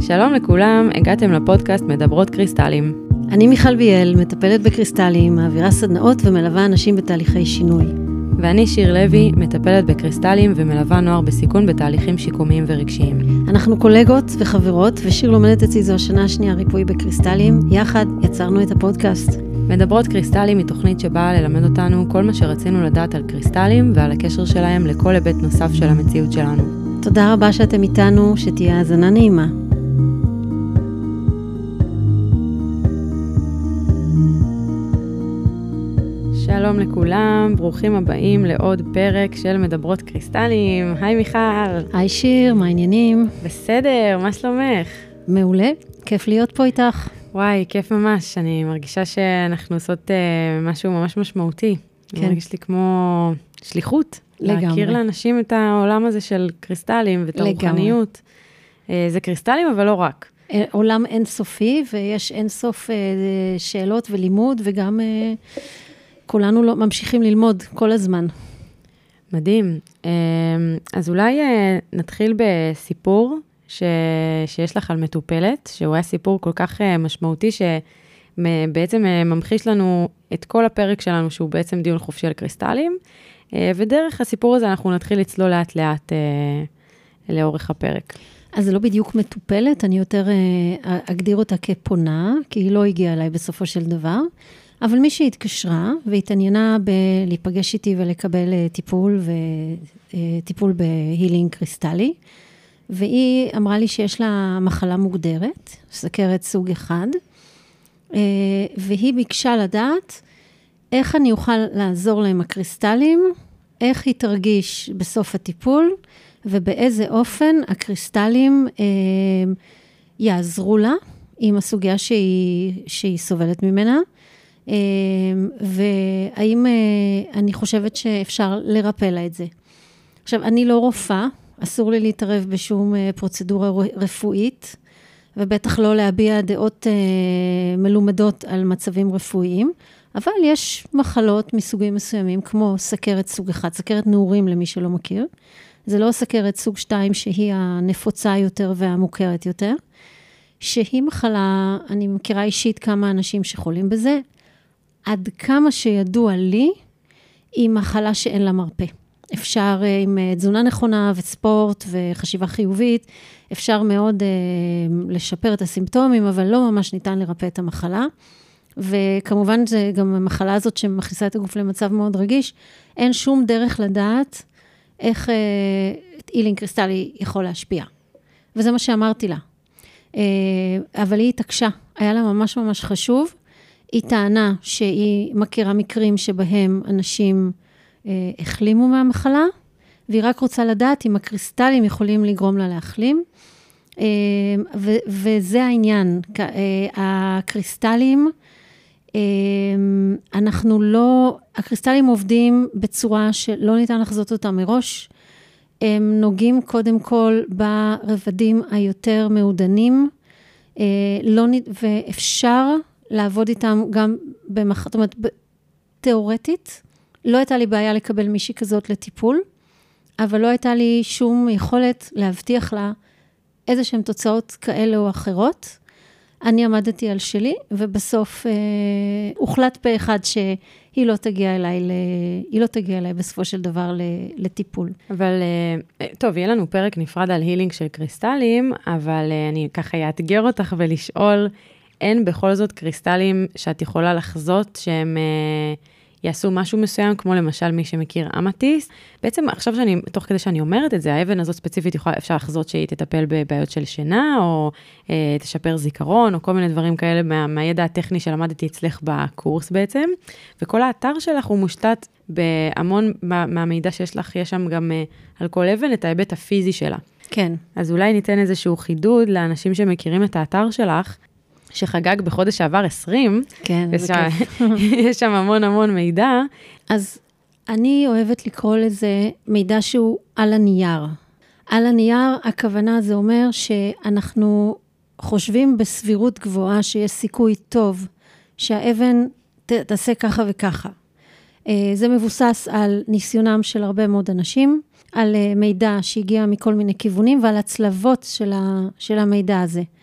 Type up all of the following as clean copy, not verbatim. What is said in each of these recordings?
שלום לכולם, הגעתם לפודקאסט מדברות קריסטלים. אני מיכל ביאל, מטפלת בקריסטלים, מעבירה סדנאות ומלווה אנשים בתהליכי שינוי. ואני שיר לוי, מטפלת בקריסטלים ומלווה נוער בסיכון בתהליכים שיקומיים ורגשיים. אנחנו קולגות וחברות, ושיר לומדת אצלי זו השנה השנייה ריפוי בקריסטלים. יחד יצרנו את הפודקאסט. מדברות קריסטלים היא תוכנית שבאה ללמד אותנו כל מה שרצינו לדעת על קריסטלים ועל הקשר שלהם לכל היבט נוסף של המציאות שלנו. תודה רבה שאתם איתנו, שתהיה האזנה נעימה. שלום לכולם, ברוכים הבאים לעוד פרק של מדברות קריסטלים. היי מיכל. היי שיר, מה העניינים? בסדר, מה שלומך? מעולה, כיף להיות פה איתך. וואי, כיף ממש, אני מרגישה שאנחנו עושות משהו ממש משמעותי. כן. מרגיש לי כמו שליחות. לגמרי. להכיר לאנשים את העולם הזה של קריסטלים ואת הרוחניות. זה קריסטלים, אבל לא רק. עולם אינסופי, ויש אינסוף שאלות ולימוד, וגם כולנו ממשיכים ללמוד כל הזמן. מדהים. אז אולי נתחיל בסיפור שיש לך על מטופלת, שהוא היה סיפור כל כך משמעותי, שבעצם ממחיש לנו את כל הפרק שלנו, שהוא בעצם דיון חופשי על קריסטלים, ודרך הסיפור הזה אנחנו נתחיל לצלול לאט לאט לאורך הפרק. אז זה לא בדיוק מטופלת, אני יותר אגדיר אותה כפונה, כי היא לא הגיעה אליי בסופו של דבר, אבל מי שהתקשרה והתעניינה להיפגש איתי ולקבל טיפול בהילינג קריסטלי, והיא אמרה לי שיש לה מחלה מוגדרת, סוכרת סוג 1, והיא ביקשה לדעת איך אני אוכל לעזור לה עם הקריסטלים, איך היא תרגיש בסוף הטיפול, ובאיזה אופן הקריסטלים יעזרו לה עם הסוגיה שהיא סובלת ממנה, והאם אני חושבת שאפשר לרפא לה את זה. עכשיו, אני לא רופאה, אסור לי להתערב בשום פרוצדורה רפואית, ובטח לא להביע דעות מלומדות על מצבים רפואיים, אבל יש מחלות מסוגים מסוימים, כמו סוכרת סוג 1, סוכרת נעורים למי שלא מכיר. זה לא סוכרת סוג 2 שהיא הנפוצה יותר והמוכרת יותר, שהיא מחלה, אני מכירה אישית כמה אנשים שחולים בזה, עד כמה שידוע לי, היא מחלה שאין לה מרפא. אפשר עם תזונה נכונה וספורט וחשיבה חיובית, אפשר מאוד לשפר את הסימפטומים, אבל לא ממש ניתן לרפא את המחלה. וכמובן זה גם המחלה הזאת שמכניסה את הגוף למצב מאוד רגיש, אין שום דרך לדעת איך הילינג קריסטלי יכול להשפיע. וזה מה שאמרתי לה. אבל היא התעקשה, היה לה ממש ממש חשוב, היא טענה שהיא מכירה מקרים שבהם אנשים החלימו מהמחלה, והיא רק רוצה לדעת אם הקריסטלים יכולים לגרום לה להחלים, וזה העניין. הקריסטלים, הקריסטלים עובדים בצורה שלא ניתן לחזות אותם מראש, הם נוגעים קודם כל ברבדים היותר מעודנים, ואפשר לעבוד איתם גם זאת אומרת, תיאורטית, לא הייתה לי בעיה לקבל מישהי כזאת לטיפול, אבל לא הייתה לי שום יכולת להבטיח לה איזה שהן תוצאות כאלה או אחרות. אני עמדתי על שלי, ובסוף הוחלט פה אחד שהיא לא תגיע אליי בסופו של דבר לטיפול. אבל טוב, יהיה לנו פרק נפרד על הילינג של קריסטלים, אבל אני ככה יאתגר אותך ולשאול, אין בכל זאת קריסטלים שאת יכולה לחזות שהם יעשו משהו מסוים, כמו למשל מי שמכיר אמתיסט. בעצם עכשיו תוך כדי שאני אומרת את זה, האבן הזאת ספציפית אפשר לחזות שהיא תטפל בבעיות של שינה, או תשפר זיכרון, או כל מיני דברים כאלה מהידע הטכני שלמדתי אצלך בקורס בעצם. וכל האתר שלך הוא מושתת בהמון מהמידע שיש לך, יש שם גם על כל אבן את ההיבט הפיזי שלה. כן. אז אולי ניתן איזשהו חידוד לאנשים שמכירים את האתר שלך, שחגג בחודש שעבר 20, כן, יש שם המון המון מידע. אז אני אוהבת לקרוא לזה מידע שהוא על הנייר. על הנייר, הכוונה זה אומר שאנחנו חושבים בסבירות גבוהה שיש סיכוי טוב שהאבן תעשה ככה וככה. זה מבוסס על ניסיונם של הרבה מאוד אנשים, על מידע שהגיע מכל מיני כיוונים ועל הצלבות של המידע הזה.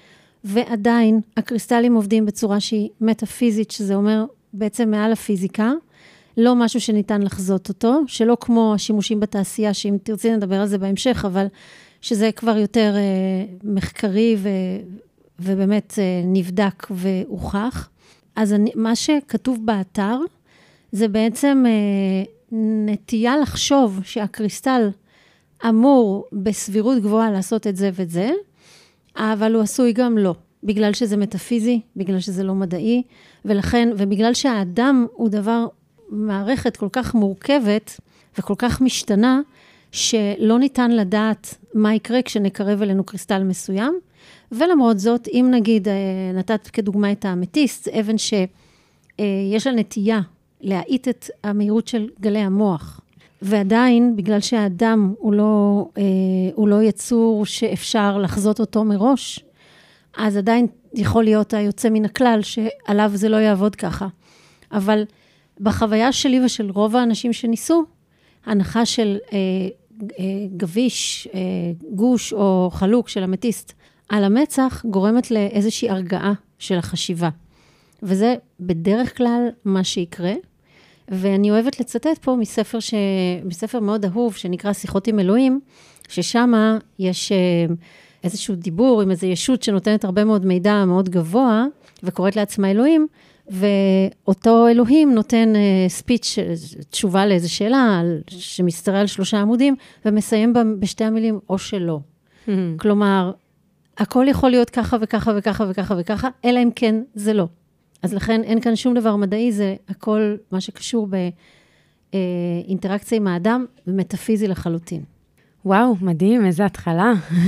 ועדיין הקריסטלים עובדים בצורה שהיא מטאפיזית, שזה אומר בעצם מעל הפיזיקה, לא משהו שניתן לחזות אותו, שלא כמו השימושים בתעשייה, שאם תרצי נדבר על זה בהמשך, אבל שזה כבר יותר מחקרי ובאמת נבדק והוכח. אז מה שכתוב באתר, זה בעצם נטייה לחשוב שהקריסטל אמור בסבירות גבוהה לעשות את זה ואת זה, אבל הוא עשוי גם לא, בגלל שזה מטאפיזי, בגלל שזה לא מדעי, ולכן, ובגלל שהאדם הוא דבר, מערכת כל כך מורכבת וכל כך משתנה, שלא ניתן לדעת מה יקרה כשנקרב אלינו קריסטל מסוים, ולמרות זאת, אם נגיד, נתת כדוגמה את האמתיסט, אבן שיש לה נטייה להאיט את המהירות של גלי המוח, ועדיין, בגלל שהאדם הוא לא יצור שאפשר לחזות אותו מראש, אז עדיין יכול להיות היוצא מן הכלל, שעליו זה לא יעבוד ככה. אבל בחוויה שלי ושל רוב האנשים שניסו, הנחה של גביש, גוש או חלוק של אמתיסט על המצח, גורמת לאיזושהי הרגעה של החשיבה. וזה בדרך כלל מה שיקרה, ואני אוהבת לצטט פה מספר מאוד אהוב, שנקרא שיחות עם אלוהים, ששם יש איזשהו דיבור עם איזו ישות שנותנת הרבה מאוד מידע מאוד גבוה, וקוראת לעצמה אלוהים, ואותו אלוהים נותן ספיץ', תשובה לאיזו שאלה, שמסתרע על 3 עמודים, ומסיים בשתי המילים, או שלא. כלומר, הכל יכול להיות ככה וככה וככה וככה וככה, אלא אם כן זה לא. אז לכן אין כאן שום דבר מדעי, זה הכל מה שקשור באינטראקציה עם האדם, ומטאפיזי לחלוטין. וואו, מדהים, איזה התחלה.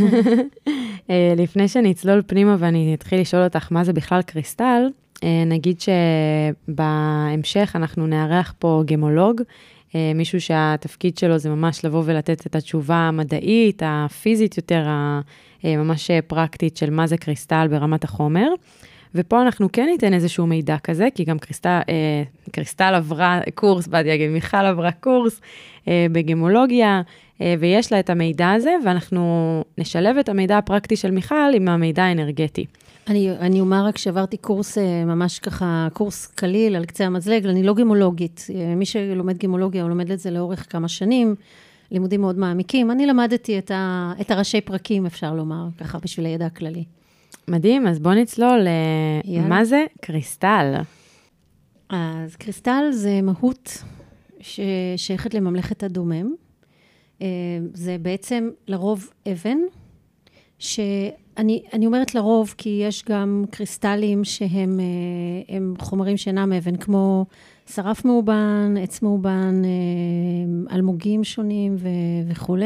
לפני שאני אצלול פנימה ואני אתחיל לשאול אותך מה זה בכלל קריסטל, נגיד שבהמשך אנחנו נארח פה גמולוג, מישהו שהתפקיד שלו זה ממש לבוא ולתת את התשובה המדעית, הפיזית יותר, ממש פרקטית של מה זה קריסטל ברמת החומר, ופה אנחנו כן ניתן איזשהו מידע כזה, כי גם קריסטל עברה קורס, מיכל עברה קורס בגמולוגיה, ויש לה את המידע הזה, ואנחנו נשלב את המידע הפרקטי של מיכל עם המידע האנרגטי. אני אומר רק שעברתי קורס ממש ככה, קורס קליל על קצה המזלג, אני לא גמולוגית. מי שלומד גמולוגיה, הוא לומד את זה לאורך כמה שנים, לימודים מאוד מעמיקים. אני למדתי את הראשי פרקים, אפשר לומר, ככה בשביל הידע הכללי. מדהים, אז בוא נצלול, מה זה קריסטל? אז קריסטל זה מהות ששייכת לממלכת הדומם. זה בעצם לרוב אבן, שאני אומרת לרוב כי יש גם קריסטלים שהם חומרים שאינם אבן, כמו שרף מאובן, עץ מאובן, אלמוגים שונים וכו'.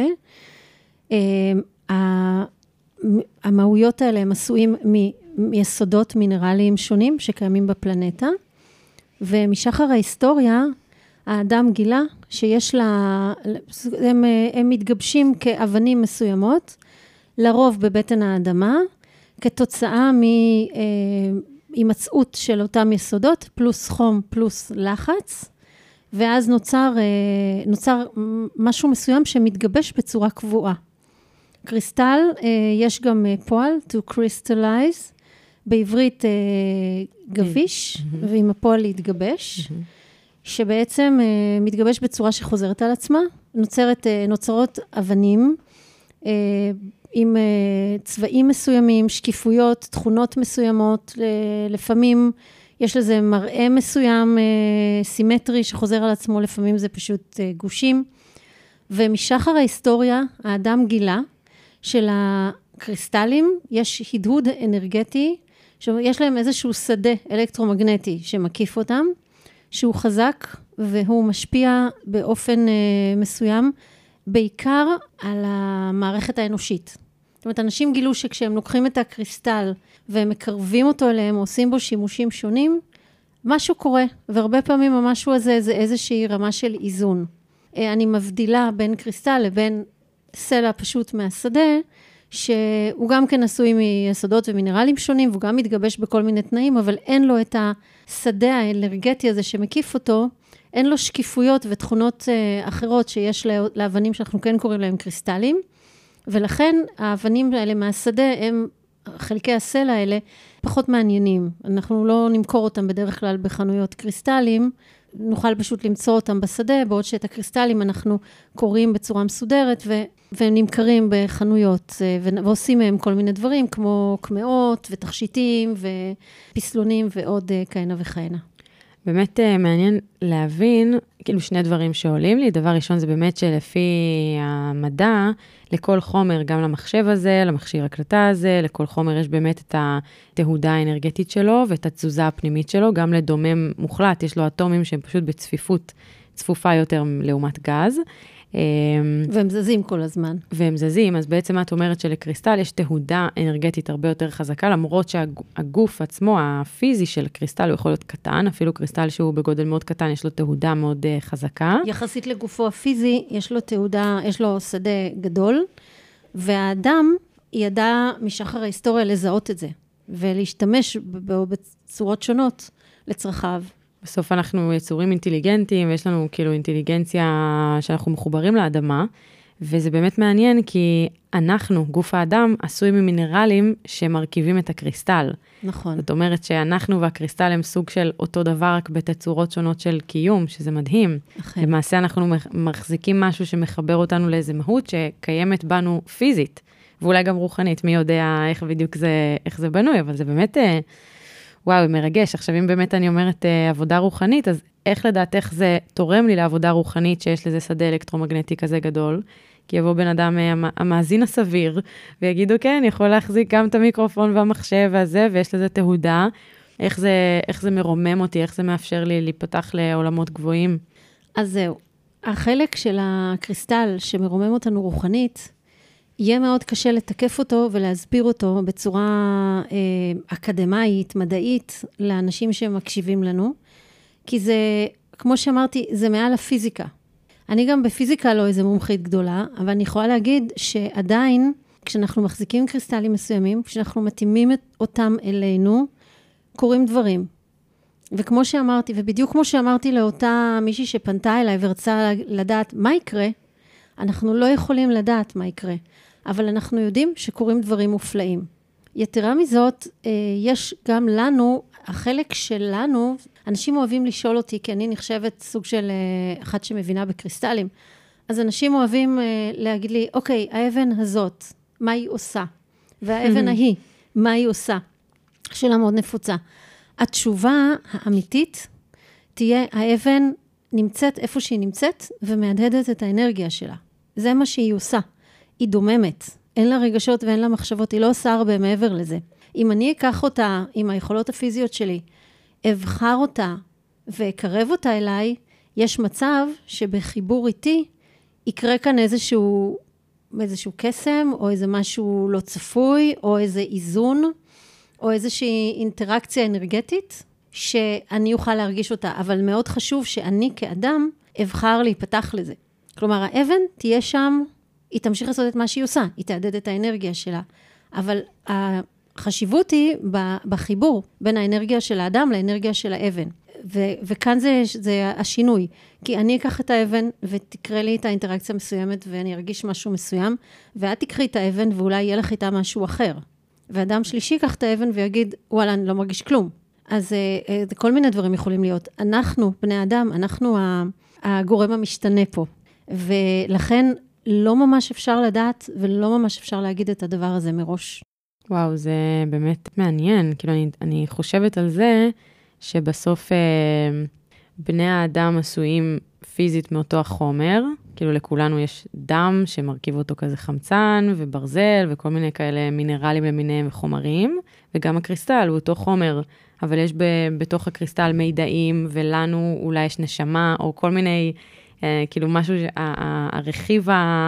המהויות האלה הם עשויים מיסודות מינרליים שונים שקיימים בפלנטה, ומשחר ההיסטוריה, האדם גילה שיש לה, הם מתגבשים כאבנים מסוימות, לרוב בבטן האדמה, כתוצאה מהימצאות של אותם יסודות, פלוס חום, פלוס לחץ, ואז נוצר משהו מסוים שמתגבש בצורה קבועה. קריסטל, יש גם פועל, to crystallize, בעברית גביש, ועם הפועל להתגבש, שבעצם מתגבש בצורה שחוזרת על עצמה, נוצרות אבנים, עם צבעים מסוימים, שקיפויות, תכונות מסוימות, לפעמים יש לזה מראה מסוים, סימטרי שחוזר על עצמו, לפעמים זה פשוט גושים, ומשחר ההיסטוריה, האדם גילה, של הקריסטלים, יש הדהוד אנרגטי, שיש להם איזשהו שדה אלקטרומגנטי שמקיף אותם, שהוא חזק והוא משפיע באופן מסוים, בעיקר על המערכת האנושית. זאת אומרת, אנשים גילו שכשהם לוקחים את הקריסטל והם מקרבים אותו אליהם, עושים בו שימושים שונים, משהו קורה, והרבה פעמים המשהו הזה זה איזושהי רמה של איזון. אני מבדילה בין קריסטל לבין סלע פשוט מהשדה, שהוא גם כן עשוי מיסודות ומינרלים שונים, והוא גם מתגבש בכל מיני תנאים, אבל אין לו את השדה האנרגטי הזה שמקיף אותו, אין לו שקיפויות ותכונות אחרות שיש לאבנים שאנחנו כן קוראים להם קריסטלים, ולכן האבנים האלה מהשדה הם חלקי הסלע האלה פחות מעניינים. אנחנו לא נמכור אותם בדרך כלל בחנויות קריסטלים, נוכל פשוט למצוא אותם בשדה, בעוד שאת הקריסטלים אנחנו קוראים בצורה מסודרת ונמכרים בחנויות, ועושים מהם כל מיני דברים, כמו קמאות ותכשיטים ופסלונים ועוד כהנה וכהנה. באמת מעניין להבין, כאילו שני דברים שעולים לי. דבר ראשון זה באמת שלפי המדע, לכל חומר, גם למחשב הזה, למכשיר הקלטה הזה, לכל חומר יש באמת את התהודה האנרגטית שלו ואת התזוזה הפנימית שלו, גם לדומם מוחלט, יש לו אטומים שהם פשוט בצפיפות צפופה יותר לעומת גז. והם זזים כל הזמן. והם זזים, אז בעצם את אומרת שלקריסטל יש תהודה אנרגטית הרבה יותר חזקה, למרות שהגוף עצמו, הפיזי של קריסטל, הוא יכול להיות קטן, אפילו קריסטל שהוא בגודל מאוד קטן, יש לו תהודה מאוד חזקה. יחסית לגופו הפיזי, יש לו תהודה, יש לו שדה גדול, והאדם ידע משחר ההיסטוריה לזהות את זה, ולהשתמש בצורות שונות לצרכיו. בסוף אנחנו יצורים אינטליגנטיים, ויש לנו כאילו אינטליגנציה שאנחנו מחוברים לאדמה, וזה באמת מעניין כי אנחנו, גוף האדם, עשוי ממינרלים שמרכיבים את הקריסטל. נכון. זאת אומרת שאנחנו והקריסטל הם סוג של אותו דבר, רק בתצורות שונות של קיום, שזה מדהים. אכן. למעשה אנחנו מחזיקים משהו שמחבר אותנו לאיזה מהות שקיימת בנו פיזית, ואולי גם רוחנית, מי יודע איך זה בנוי, אבל זה באמת... וואו, מרגש. עכשיו, אם באמת אני אומרת עבודה רוחנית, אז איך לדעת איך זה תורם לי לעבודה רוחנית שיש לזה שדה אלקטרומגנטי כזה גדול? כי יבוא בן אדם, המאזין הסביר, ויגידו, כן, יכול להחזיק גם את המיקרופון והמחשב והזה, ויש לזה תהודה. איך זה מרומם אותי, איך זה מאפשר לי להיפתח לעולמות גבוהים? אז זהו. החלק של הקריסטל שמרומם אותנו רוחנית, יהיה מאוד קשה לתקף אותו ולהסביר אותו בצורה אקדמאית, מדעית, לאנשים שמקשיבים לנו, כי זה, כמו שאמרתי, זה מעל הפיזיקה. אני גם בפיזיקה לא איזה מומחית גדולה, אבל אני יכולה להגיד שעדיין, כשאנחנו מחזיקים קריסטלים מסוימים, כשאנחנו מתאימים אותם אלינו, קורים דברים. וכמו שאמרתי, ובדיוק כמו שאמרתי לאותה מישהי שפנתה אליי ורצה לדעת מה יקרה, אנחנו לא יכולים לדעת מה יקרה. אבל אנחנו יודעים שקורים דברים מופלאים. יתרה מזאת, יש גם לנו, החלק שלנו, אנשים אוהבים לשאול אותי, כי אני נחשבת סוג של אחת שמבינה בקריסטלים, אז אנשים אוהבים להגיד לי, אוקיי, האבן הזאת, מה היא עושה? והאבן ההיא, מה היא עושה? שאלה מאוד נפוצה. התשובה האמיתית תהיה, האבן נמצאת איפה שהיא נמצאת, ומהדהדת את האנרגיה שלה. זה מה שהיא עושה. היא דוממת, אין לה רגשות ואין לה מחשבות, היא לא עושה הרבה מעבר לזה. אם אני אקח אותה עם היכולות הפיזיות שלי, אבחר אותה ואקרב אותה אליי, יש מצב שבחיבור איתי יקרה כאן איזשהו קסם, או איזה משהו לא צפוי, או איזה איזון, או איזושהי אינטראקציה אנרגטית, שאני אוכל להרגיש אותה, אבל מאוד חשוב שאני כאדם אבחר להיפתח לזה. כלומר, האבן תהיה שם, היא תמשיך לעשות את מה שהיא עושה, היא תעדד את האנרגיה שלה, אבל החשיבות היא בחיבור בין האנרגיה של האדם לאנרגיה של האבן, וכאן זה השינוי, כי אני אקח את האבן ותקרא לי את האינטראקציה מסוימת, ואני ארגיש משהו מסוים, ואת תקחי את האבן ואולי יהיה לך איתה משהו אחר, ואדם שלישי ייקח את האבן ויגיד, וואלה, אני לא מרגיש כלום. אז כל מיני דברים יכולים להיות. אנחנו, בני אדם, אנחנו הגורם המשתנה פה, ולכן לא ממש אפשר לדעת, ולא ממש אפשר להגיד את הדבר הזה מראש. וואו, זה באמת מעניין. כאילו, אני חושבת על זה, שבסוף בני האדם עשויים פיזית מאותו החומר, כאילו לכולנו יש דם שמרכיב אותו כזה חמצן וברזל, וכל מיני כאלה מינרלים למיניהם וחומרים, וגם הקריסטל הוא אותו חומר, אבל יש בתוך הקריסטל מידעים, ולנו אולי יש נשמה, או כל מיני... כאילו משהו, הרכיב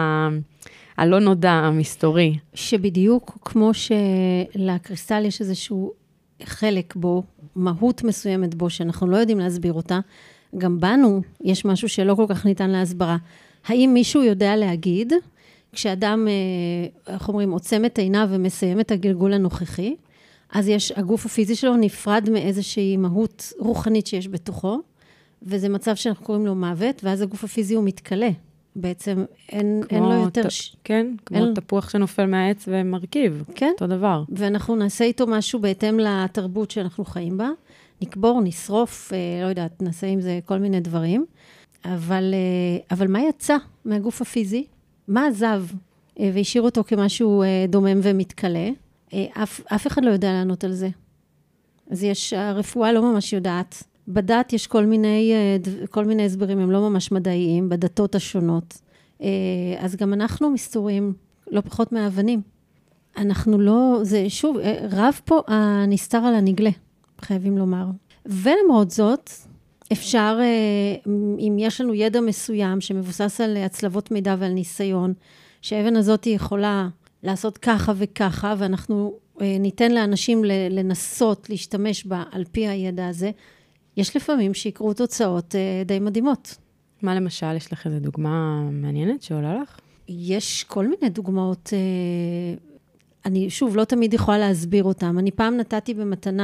הלא נודע, המסתורי. שבדיוק כמו שלקריסטל יש איזשהו חלק בו, מהות מסוימת בו, שאנחנו לא יודעים להסביר אותה, גם בנו יש משהו שלא כל כך ניתן להסברה. האם מישהו יודע להגיד, כשאדם, איך אומרים, עוצם את עיניו ומסיים את הגלגול הנוכחי, אז הגוף הפיזי שלו נפרד מאיזושהי מהות רוחנית שיש בתוכו, וזה מצב שאנחנו קוראים לו מוות, ואז הגוף הפיזי הוא מתקלה. בעצם אין לו יותר... כן, כמו תפוח שנופל מהעץ ומרכיב. כן. אותו דבר. ואנחנו נעשה איתו משהו בהתאם לתרבות שאנחנו חיים בה. נקבור, נשרוף, לא יודעת, נעשה עם זה כל מיני דברים. אבל מה יצא מהגוף הפיזי? מה עזב והשאיר אותו כמשהו דומם ומתקלה? אף אחד לא יודע לענות על זה. אז הרפואה לא ממש יודעת. בדת יש כל מיני הסברים, הם לא ממש מדעיים, בדתות השונות. אז גם אנחנו מסתורים לא פחות מהאבנים. אנחנו לא, זה שוב, רב פה הנסתר על הנגלה, חייבים לומר. ולמרות זאת, אפשר, אם יש לנו ידע מסוים שמבוסס על הצלבות מידע ועל ניסיון, שהאבן הזאת יכולה לעשות ככה וככה, ואנחנו ניתן לאנשים לנסות להשתמש בה על פי הידע הזה, יש לפעמים שיקרו תוצאות די מדהימות. מה למשל, יש לך איזו דוגמה מעניינת שעולה לך? יש כל מיני דוגמאות, אני שוב לא תמיד יכולה להסביר אותם. אני פעם נתתי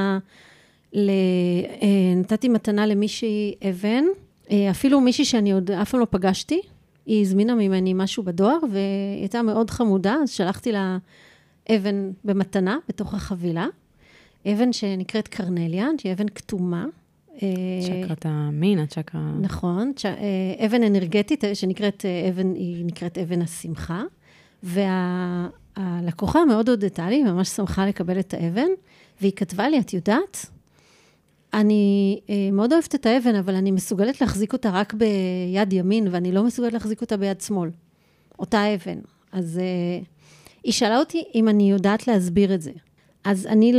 מתנה למישהי אבן, אפילו מישהי שאני עוד אף פעם לא פגשתי, היא הזמינה ממני משהו בדואר, והיא הייתה מאוד חמודה, אז שלחתי לה אבן במתנה בתוך החבילה, אבן שנקראת קרנליה, שהיא אבן כתומה. צ'קרת המין, הצ'קרה... נכון, אבן אנרגטית שנקראת אבן השמחה, והלקוחה מאוד הודתה לי, ממש שמחה לקבל את האבן, והיא כתבה לי, את יודעת, אני מאוד אוהבת את האבן, אבל אני מסוגלת להחזיק אותה רק ביד ימין, ואני לא מסוגלת להחזיק אותה ביד שמאל. אותה אבן. אז היא שאלה אותי אם אני יודעת להסביר את זה. אז אני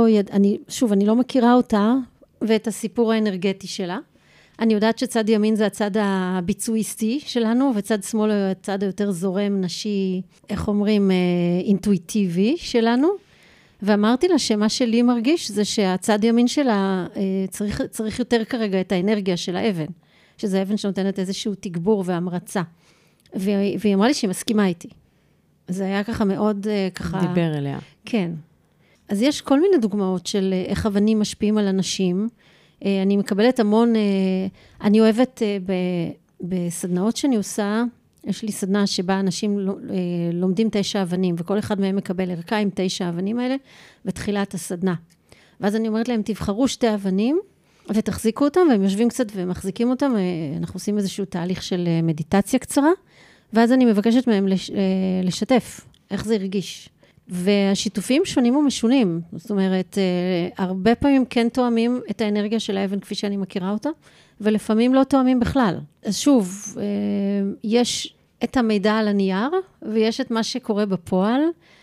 לא מכירה אותה, ואת הסיפור האנרגטי שלה. אני יודעת שצד ימין זה הצד הביצועיסטי שלנו, וצד שמאל הוא הצד היותר זורם, נשי, איך אומרים, אינטואיטיבי שלנו. ואמרתי לה שמה שלי מרגיש זה שהצד ימין שלה צריך יותר כרגע את האנרגיה של האבן, שזה אבן שנותנת איזשהו תגבור והמרצה. והיא אמרה לי שהיא מסכימה איתי. זה היה ככה מאוד ככה... דיבר אליה. כן. אז יש כל מיני דוגמאות של איך אבנים משפיעים על אנשים. אני מקבלת המון, אני אוהבת בסדנאות שאני עושה, יש לי סדנה שבה אנשים לומדים 9 אבנים, וכל אחד מהם מקבל ערכה עם 9 אבנים האלה, בתחילת הסדנה. ואז אני אומרת להם, תבחרו 2 אבנים, ותחזיקו אותם, והם יושבים קצת ומחזיקים אותם, אנחנו עושים איזשהו תהליך של מדיטציה קצרה, ואז אני מבקשת מהם לשתף, איך זה הרגיש. והשיתופים שונים ומשונים, זאת אומרת, הרבה פעמים כן תואמים את האנרגיה של האבן כפי שאני מכירה אותה, ולפעמים לא תואמים בכלל. אז שוב, יש את המידע על הנייר, ויש את מה שקורה בפועל,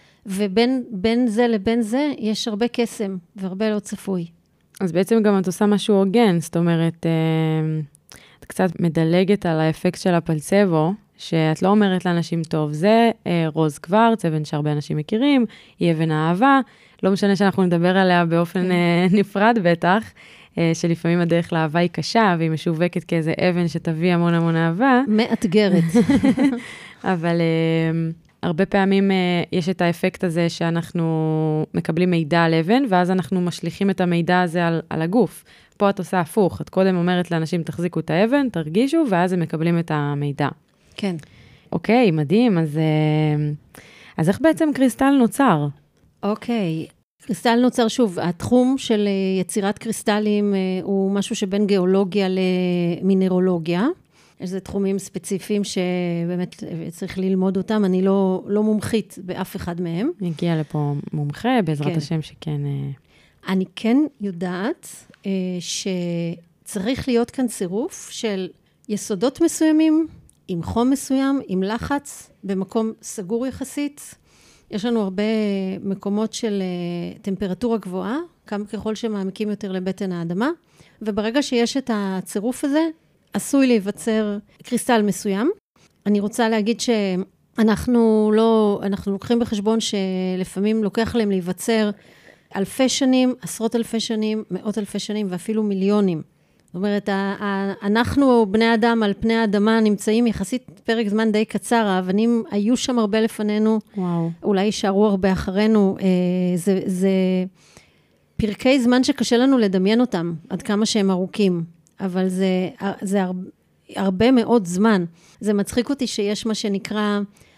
ובין זה לבין זה יש הרבה קסם, והרבה לא צפוי. אז בעצם גם את עושה משהו הוגן, זאת אומרת, את קצת מדלגת על האפקט של הפלצבו, שאת לא אומרת לאנשים, טוב, זה רוז קוורץ, אבן שהרבה אנשים מכירים, היא אבן האהבה, לא משנה שאנחנו נדבר עליה באופן נפרד בטח, שלפעמים הדרך לאהבה היא קשה, והיא משווקת כאיזה אבן שתביא המון המון אהבה. מאתגרת. אבל הרבה פעמים יש את האפקט הזה שאנחנו מקבלים מידע על אבן, ואז אנחנו משליכים את המידע הזה על הגוף. פה את עושה הפוך, את קודם אומרת לאנשים, תחזיקו את האבן, תרגישו, ואז הם מקבלים את המידע. כן. אוקיי, מדהים. אז איך בעצם קריסטל נוצר? אוקיי. קריסטל נוצר שוב, התחום של יצירת קריסטלים הוא משהו שבין גיאולוגיה למינרולוגיה. יש זה תחומים ספציפיים שבאמת צריך ללמוד אותם, אני לא מומחית באף אחד מהם. נגיע לפה מומחה, בעזרת השם שכן... אני כן יודעת שצריך להיות כאן צירוף של יסודות מסוימים, עם חום מסוים, עם לחץ, במקום סגור יחסית. יש לנו הרבה מקומות של טמפרטורה גבוהה, ככל שמעמיקים יותר לבטן האדמה, וברגע שיש את הצירוף הזה, עשוי להיווצר קריסטל מסוים. אני רוצה להגיד שאנחנו לוקחים בחשבון שלפעמים לוקח להם להיווצר אלפי שנים, עשרות אלפי שנים, מאות אלפי שנים ואפילו מיליונים. זאת אומרת, אנחנו בני אדם על פני האדמה נמצאים יחסית פרק זמן די קצר, האבנים היו שם הרבה לפנינו, וואו. אולי יישארו הרבה אחרינו, זה פרקי זמן שקשה לנו לדמיין אותם, עד כמה שהם ארוכים, אבל הרבה מאוד זמן. זה מצחיק אותי שיש מה שנקרא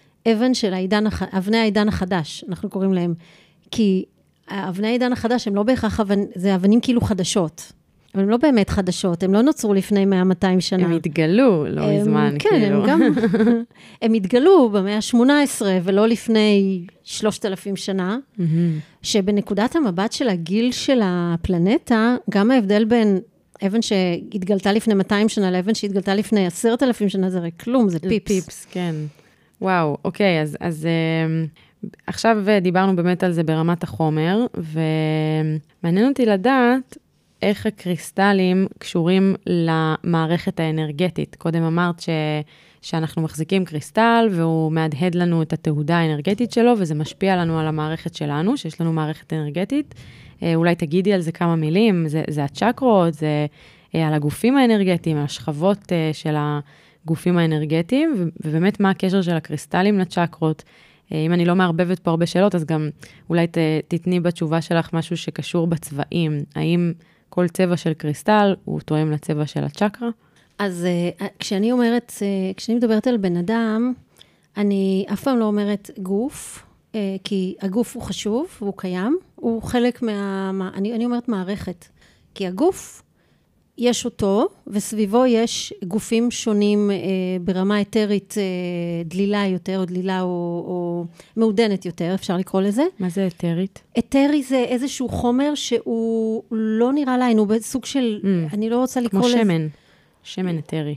אבני העידן החדש, אנחנו קוראים להם. כי אבני העידן החדש, הם לא בהכרח, זה אבנים כאילו חדשות. אבל הם לא באמת חדשות, הם לא נוצרו לפני 100-200 שנה. הם התגלו לא מזמן, כן, כאילו. הם התגלו במאה ה-18, ולא לפני 3,000 שנה, שבנקודת המבט של הגיל של הפלנטה, גם ההבדל בין אבן שהתגלתה לפני 200 שנה, לאבן שהתגלתה לפני 10,000 שנה, זה רק כלום, זה פיפס. פיפס, כן. וואו, אוקיי, אז עכשיו דיברנו באמת על זה ברמת החומר, ומעניין אותי לדעת איך הקריסטלים קשורים למערכת האנרגטית. קודם אמרת שאנחנו מחזיקים קריסטל, והוא מהדהד לנו את התהודה האנרגטית שלו, וזה משפיע לנו על המערכת שלנו, שיש לנו מערכת אנרגטית. אולי תגידי על זה כמה מילים, זה הצ'קרות, זה על הגופים האנרגטיים, על השכבות של הגופים האנרגטיים, ובאמת מה הקשר של הקריסטלים לצ'קרות. אם אני לא מערבבת פה הרבה שאלות, אז גם אולי תתני בתשובה שלך משהו שקשור בצבעים. האם כל צבע של קריסטל הוא תואם לצבע של הצ'קרה? אז כשאני מדברת על בן אדם, אני אף פעם לא אומרת גוף, כי הגוף הוא חשוב, והוא קיים, הוא חלק אני אומרת מערכת, כי הגוף, יש אותו, וסביבו יש גופים שונים ברמה אתרית, דלילה יותר, או דלילה או מעודנת יותר, אפשר לקרוא לזה. מה זה אתרית? אתרי זה איזשהו חומר שהוא לא נראה לעין, הוא בסוג של, אני לא רוצה לקרוא לזה. כמו שמן, שמן אתרי.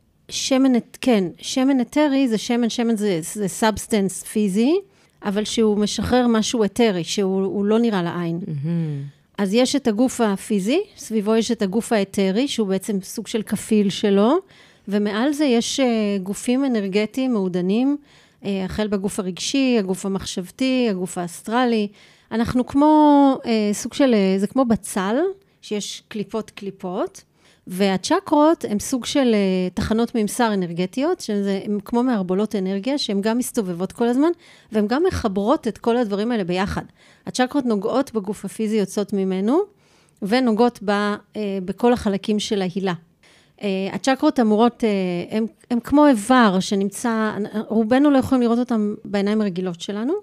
כן, שמן אתרי זה שמן זה סאבסטנס פיזי, אבל שהוא משחרר משהו אתרי, שהוא לא נראה לעין. אז יש את הגוף הפיזי, סביבו יש את הגוף האתרי, שהוא בעצם סוג של כפיל שלו, ומעל זה יש גופים אנרגטיים מעודנים, החל בגוף הרגשי, הגוף המחשבתי, הגוף האסטרלי. אנחנו כמו סוג של, זה כמו בצל, שיש קליפות, והצ'קרות הם סוג של תחנות ממסר אנרגטיות, שהן כמו מערבולות אנרגיה, שהן גם מסתובבות כל הזמן, והן גם מחברות את כל הדברים האלה ביחד. הצ'קרות נוגעות בגוף הפיזי, יוצאות ממנו, ונוגעות בכל החלקים של ההילה. הצ'קרות אמורות, הם כמו איבר שנמצא, רובנו לא יכולים לראות אותם בעיניים הרגילות שלנו.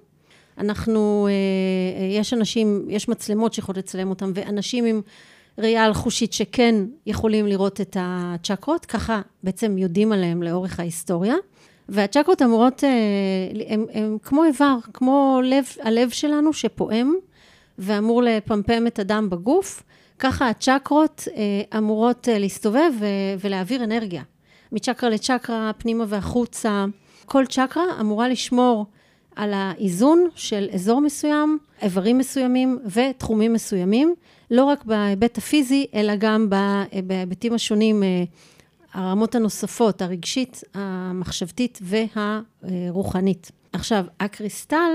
יש מצלמות שיכולות לצלם אותם, ואנשים עם ראייה חושית שכן יכולים לראות את הצ'קרות, ככה בעצם יודעים עליהם לאורך ההיסטוריה. והצ'קרות אמורות, הם כמו איבר, כמו הלב שלנו שפועם, ואמור לפמפם את הדם בגוף, ככה הצ'קרות אמורות להסתובב ולהעביר אנרגיה. מצ'קרה לצ'קרה, פנימה והחוצה. כל צ'קרה אמורה לשמור על האיזון של אזור מסוים, איברים מסוימים ותחומים מסוימים, לא רק בהיבט הפיזי, אלא גם בהיבטים השונים, הרמות הנוספות, הרגשית, המחשבתית והרוחנית. עכשיו, הקריסטל,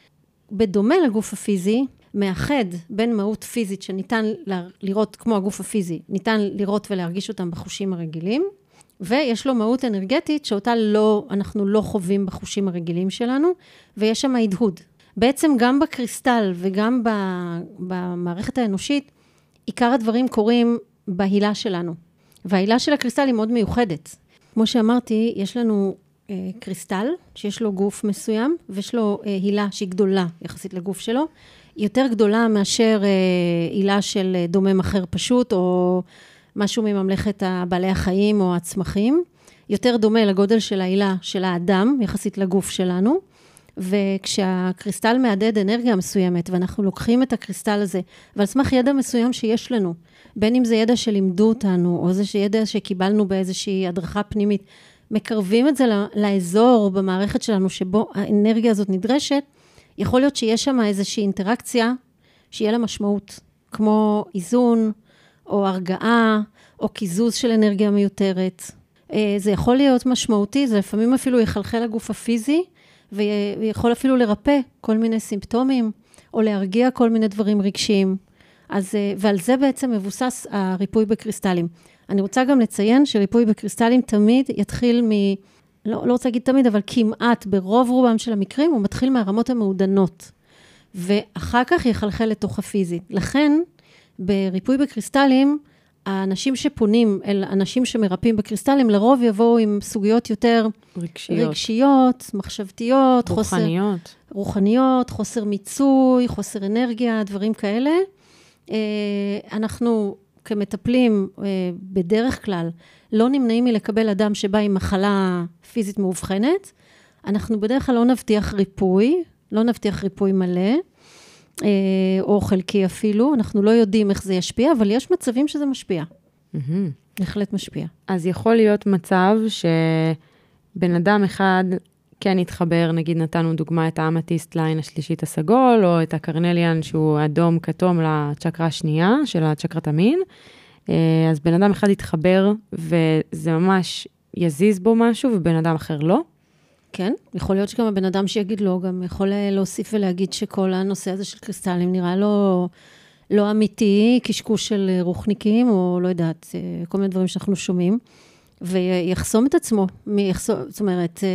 בדומה לגוף הפיזי, מאחד בין מהות פיזית שניתן לראות כמו הגוף הפיזי, ניתן לראות ולהרגיש אותם בחושים הרגילים, ויש לו מהות אנרגטית שאותה אנחנו לא חווים בחושים הרגילים שלנו, ויש שם ההדהוד. בעצם גם בקריסטל וגם במערכת האנושית, עיקר הדברים קורים בהילה שלנו. וההילה של הקריסטל היא מאוד מיוחדת. כמו שאמרתי, יש לנו קריסטל שיש לו גוף מסוים, ויש לו הילה שהיא גדולה יחסית לגוף שלו, יותר גדולה מאשר הילה של דומם אחר פשוט, או משהו מממלכת בעלי החיים או הצמחים, יותר דומה לגודל של ההילה של האדם, יחסית לגוף שלנו, וכשהקריסטל מעדד אנרגיה מסוימת, ואנחנו לוקחים את הקריסטל הזה, ועל סמך ידע מסוים שיש לנו, בין אם זה ידע שלימדו אותנו, או זה ידע שקיבלנו באיזושהי הדרכה פנימית, מקרבים את זה לאזור במערכת שלנו, שבו האנרגיה הזאת נדרשת, יכול להיות שיש שם איזושהי אינטראקציה, שיהיה לה משמעות, כמו איזון, או הרגעה, או קיזוז של אנרגיה מיותרת. זה יכול להיות משמעותי, זה לפעמים אפילו יחלחל לגוף הפיזי, ויכול אפילו לרפא כל מיני סימפטומים, או להרגיע כל מיני דברים רגשיים. ועל זה בעצם מבוסס הריפוי בקריסטלים. אני רוצה גם לציין שריפוי בקריסטלים תמיד יתחיל לא רוצה להגיד תמיד, אבל כמעט ברוב רובם של המקרים, הוא מתחיל מהרמות המעודנות, ואחר כך יחלחל לתוך הפיזית. לכן, בריפוי בקריסטלים, האנשים שפונים אל אנשים שמרפאים בקריסטלים, לרוב יבואו עם סוגיות יותר רגשיות, מחשבתיות, רוחניות, חוסר מיצוי, חוסר אנרגיה, דברים כאלה. אנחנו כמטפלים בדרך כלל לא נמנעים מלקבל אדם שבא עם מחלה פיזית מאובחנת. אנחנו בדרך כלל לא נבטיח ריפוי מלא, או חלקי אפילו. אנחנו לא יודעים איך זה ישפיע, אבל יש מצבים שזה משפיע. בהחלט משפיע. אז יכול להיות מצב שבן אדם אחד כן יתחבר, נגיד נתנו דוגמה את האמתיסט ליין השלישית הסגול, או את הקרנליאן שהוא אדום כתום לצ'קרה השנייה של הצ'קרת המין. אז בן אדם אחד יתחבר, וזה ממש יזיז בו משהו, ובן אדם אחר לא. כן, יכול להיות שגם הבן אדם שיגיד לו, גם יכול להוסיף ולהגיד שכל הנושא הזה של קריסטלים נראה לו לא אמיתי, קשקוש של רוחניקים, או לא יודעת, כל מיני דברים שאנחנו שומעים, ויחסום את עצמו, זאת אומרת,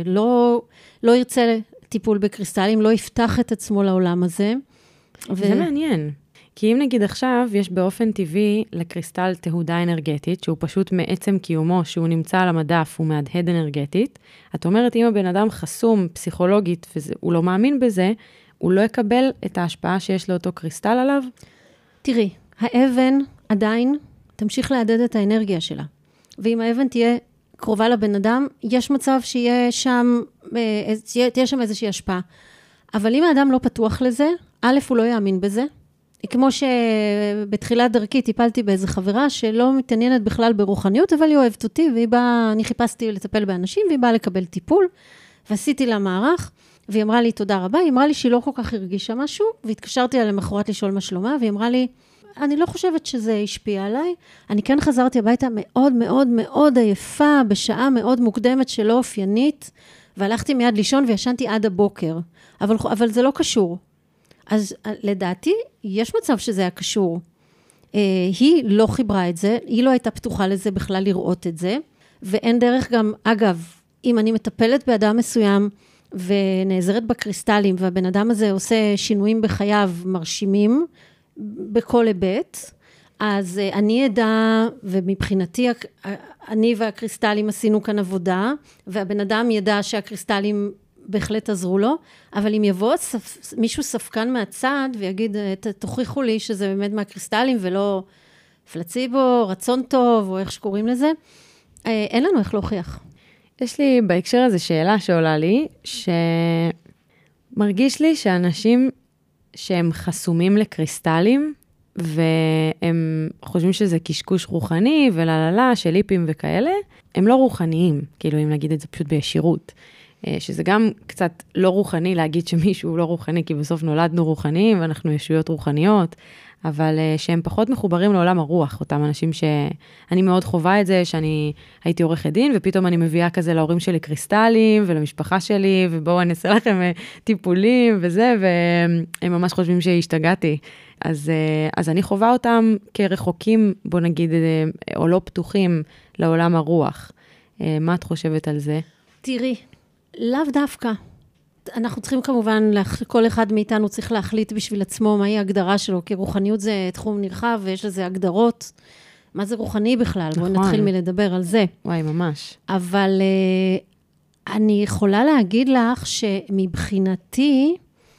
לא ירצה טיפול בקריסטלים, לא יפתח את עצמו לעולם הזה. זה מעניין. כי אם נגיד עכשיו, יש באופן טבעי לקריסטל תהודה אנרגטית, שהוא פשוט מעצם קיומו, שהוא נמצא על המדף, הוא מהדהד אנרגטית. את אומרת, אם הבן אדם חסום פסיכולוגית, והוא לא מאמין בזה, הוא לא יקבל את ההשפעה שיש לאותו קריסטל עליו? תראי, האבן עדיין תמשיך להדד את האנרגיה שלה. ואם האבן תהיה קרובה לבן אדם, יש מצב תהיה שם איזושהי השפעה. אבל אם האדם לא פתוח לזה, א', הוא לא יאמין בזה. כמו שבתחילת דרכי טיפלתי באיזו חברה שלא מתעניינת בכלל ברוחניות, אבל היא אוהבת אותי, אני חיפשתי לטפל באנשים, והיא באה לקבל טיפול, ועשיתי לה מערך, והיא אמרה לי תודה רבה, היא אמרה לי שהיא לא כל כך הרגישה משהו, והתקשרתי לה למחרת לשאול מה שלומה, והיא אמרה לי, אני לא חושבת שזה השפיע עליי, אני כן חזרתי הביתה מאוד מאוד מאוד עייפה, בשעה מאוד מוקדמת שלא אופיינית, והלכתי מיד לישון וישנתי עד הבוקר, אבל זה לא קשור. אז לדעתי, יש מצב שזה היה קשור. היא לא חיברה את זה, היא לא הייתה פתוחה לזה בכלל לראות את זה, ואין דרך גם, אגב, אם אני מטפלת באדם מסוים, ונעזרת בקריסטלים, והבן אדם הזה עושה שינויים בחייו מרשימים, בכל היבט, אז אני ידע, ומבחינתי, אני והקריסטלים עשינו כאן עבודה, והבן אדם ידע שהקריסטלים בהחלט עזרו לו, אבל אם יבוא מישהו ספקן מהצד, ויגיד, תוכיחו לי שזה באמת מהקריסטלים, ולא פלציבו, רצון טוב, או איך שקוראים לזה, אין לנו איך להוכיח. יש לי בהקשר הזה שאלה שעולה לי, שמרגיש לי שאנשים שהם חסומים לקריסטלים, והם חושבים שזה קשקוש רוחני, ולללה, של ליפים וכאלה, הם לא רוחניים, כאילו אם נגיד את זה פשוט בישירות. שזה גם קצת לא רוחני להגיד שמישהו הוא לא רוחני, כי בסוף נולדנו רוחניים, ואנחנו ישויות רוחניות, אבל שהם פחות מחוברים לעולם הרוח, אותם אנשים שאני מאוד חובה את זה, שאני הייתי עורכת דין, ופתאום אני מביאה כזה להורים שלי קריסטלים, ולמשפחה שלי, ובואו אני אעשה לכם טיפולים וזה, והם ממש חושבים שהשתגעתי. אז אני חובה אותם כרחוקים, בוא נגיד, או לא פתוחים לעולם הרוח. מה את חושבת על זה? תראי, לאו דווקא. אנחנו צריכים כמובן, כל אחד מאיתנו צריך להחליט בשביל עצמו מהי ההגדרה שלו, כי רוחניות זה תחום נרחב ויש לזה הגדרות. מה זה רוחני בכלל? נכון. בואו נתחיל מלדבר על זה. וואי, ממש. אבל אני יכולה להגיד לך שמבחינתי,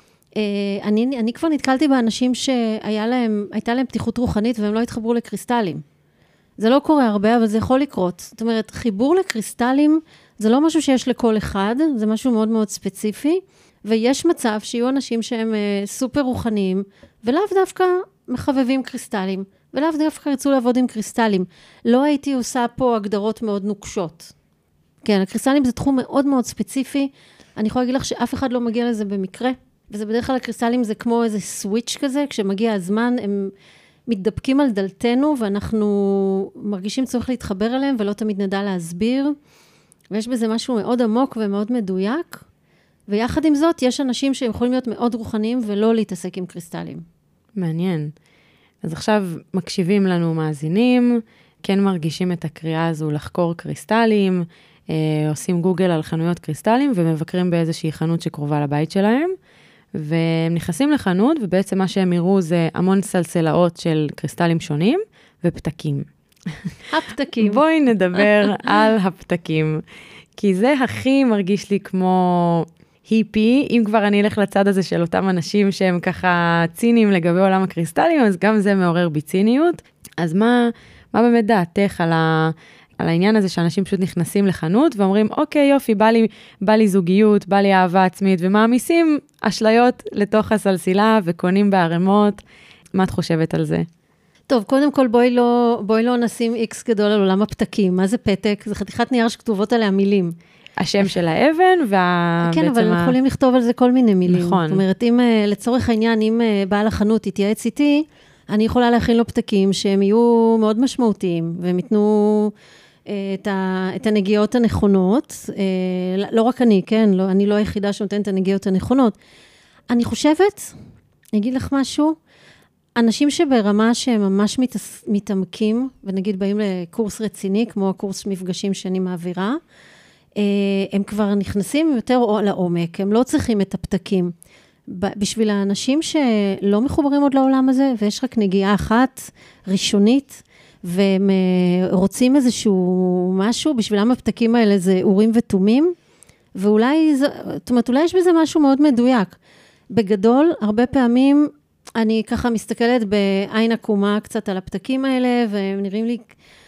אני כבר נתקלתי באנשים שהייתה להם פתיחות רוחנית והם לא התחברו לקריסטלים. זה לא קורה הרבה, אבל זה יכול לקרות. זאת אומרת, חיבור לקריסטלים זה לא משהו שיש לכל אחד, זה משהו מאוד מאוד ספציפי, ויש מצב שיהיו אנשים שהם סופר רוחניים, ולאו דווקא מחבבים קריסטלים, ולאו דווקא ירצו לעבוד עם קריסטלים. לא הייתי עושה פה הגדרות מאוד נוקשות. כן, הקריסטלים זה תחום מאוד מאוד ספציפי, אני יכולה להגיד לך שאף אחד לא מגיע לזה במקרה, וזה בדרך כלל הקריסטלים זה כמו איזה סוויץ' כזה, כשמגיע הזמן הם מתדפקים על דלתנו, ואנחנו מרגישים צורך להתחבר אליהם, ולא תמיד נדע להסביר, ויש בזה משהו מאוד עמוק ומאוד מדויק, ויחד עם זאת, יש אנשים שיכולים להיות מאוד רוחניים, ולא להתעסק עם קריסטלים. מעניין. אז עכשיו מקשיבים לנו מאזינים, כן מרגישים את הקריאה הזו לחקור קריסטלים, עושים גוגל על חנויות קריסטלים, ומבקרים באיזושהי חנות שקרובה לבית שלהם, והם נכנסים לחנות, ובעצם מה שהם יראו זה המון סלסלאות של קריסטלים שונים, ופתקים. הפתקים. בואי נדבר על הפתקים, כי זה הכי מרגיש לי כמו היפי, אם כבר אני אלך לצד הזה של אותם אנשים שהם ככה ציניים לגבי עולם הקריסטלים, אז גם זה מעורר בי ציניות. אז מה באמת דעתך על העניין הזה שאנשים פשוט נכנסים לחנות ואומרים, אוקיי, יופי, בא לי זוגיות, בא לי אהבה עצמית, ומעמיסים אשליות לתוך הסלסילה וקונים בערמות. מה את חושבת על זה? טוב, קודם כל בואי לא נשים איקס גדול על עולם הפתקים. מה זה פתק? זה חתיכת נייר שכתובות עליה מילים. השם של האבן כן, אבל אנחנו יכולים לכתוב על זה כל מיני מילים. נכון. זאת אומרת, לצורך העניין, אם בעל החנות יתייעץ איתי, אני יכולה להכין לו פתקים שהם יהיו מאוד משמעותיים, והם ייתנו את הנגיעות הנכונות. לא רק אני, כן? אני לא היחידה שנותנת את הנגיעות הנכונות. אני חושבת, אני אגיד לך משהו, אנשים שברמה שהם ממש מתעמקים, ונגיד באים לקורס רציני, כמו הקורס מפגשים שאני מעבירה, הם כבר נכנסים יותר לעומק, הם לא צריכים את הפתקים. בשביל האנשים שלא מחוברים עוד לעולם הזה, ויש רק נגיעה אחת ראשונית, והם רוצים איזשהו משהו, בשבילם הפתקים האלה זה אורים ותומים, ואולי, זאת אומרת, אולי יש בזה משהו מאוד מדויק. בגדול, הרבה פעמים אני ככה מסתכלת בעין עקומה קצת על הפתקים האלה, והם נראים לי,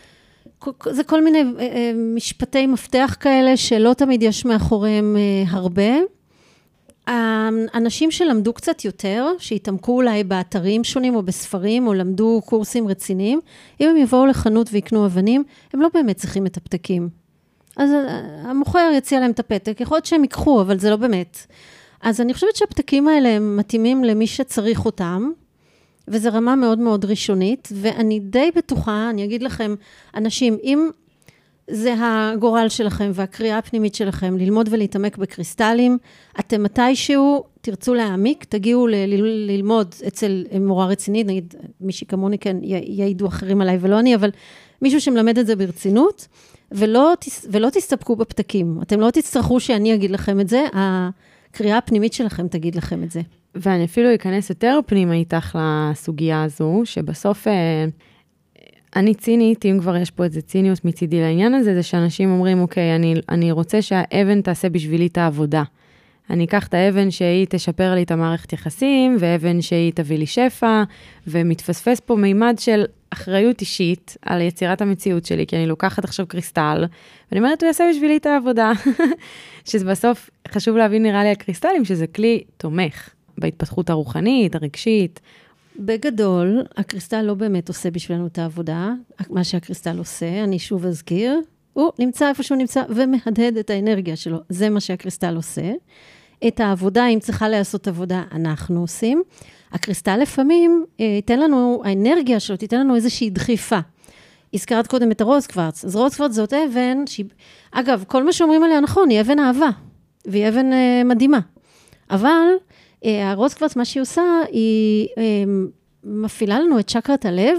זה כל מיני משפטי מפתח כאלה, שלא תמיד יש מאחוריהם הרבה. האנשים שלמדו קצת יותר, שהתעמקו אולי באתרים שונים או בספרים, או למדו קורסים רציניים, אם הם יבואו לחנות ויקנו אבנים, הם לא באמת צריכים את הפתקים. אז המוכר יציע להם את הפתק, יכול להיות שהם ייקחו, אבל זה לא באמת. אז אני חושבת שהפתקים האלה הם מתאימים למי שצריך אותם, וזו רמה מאוד מאוד ראשונית, ואני די בטוחה, אני אגיד לכם, אנשים, אם זה הגורל שלכם והקריאה הפנימית שלכם, ללמוד ולהתעמק בקריסטלים, אתם מתישהו תרצו להעמיק, תגיעו ללמוד אצל מורה רצינית, נגיד מישהי כמוני, כן, יעידו אחרים עליי ולא אני, אבל מישהו שמלמד את זה ברצינות, ולא תסתפקו בפתקים. אתם לא תצטרכו שאני אגיד לכם את זה, הקריאה הפנימית שלכם תגיד לכם את זה. ואני אפילו אכנס יותר פנימה איתך לסוגיה הזו, שבסוף אני צינית, אם כבר יש פה איזה ציניות מצידי לעניין הזה, זה שאנשים אומרים, אוקיי, אני רוצה שהאבן תעשה בשבילי את העבודה. אני אקח את האבן שהיא תשפר לי את המערכת יחסים, ואבן שהיא תביא לי שפע, ומתפספס פה מימד של אחריות אישית על יצירת המציאות שלי, כי אני לוקחת עכשיו קריסטל, ואני אומרת, הוא יעשה בשבילי את העבודה. שזה בסוף חשוב להבין, נראה לי, הקריסטלים, שזה כלי תומך בהתפתחות הרוחנית, הרגשית. בגדול, הקריסטל לא באמת עושה בשבילנו את העבודה, מה שהקריסטל עושה, אני שוב אזכיר, הוא נמצא איפה שהוא נמצא ומהדהד את האנרגיה שלו, זה מה שהקריסטל עושה. את העבודה, אם צריכה לעשות עבודה, אנחנו עושים. הקריסטל לפעמים ייתן לנו, האנרגיה שלו תיתן לנו איזושהי דחיפה. הזכרת קודם את הרוז קוורץ, אז רוז קוורץ זאת אבן, אגב, כל מה שאומרים עליה נכון, היא אבן אהבה, והיא אבן מדהימה. אבל הרוז קוורץ, מה שהיא עושה, היא מפעילה לנו את צ'קרת הלב,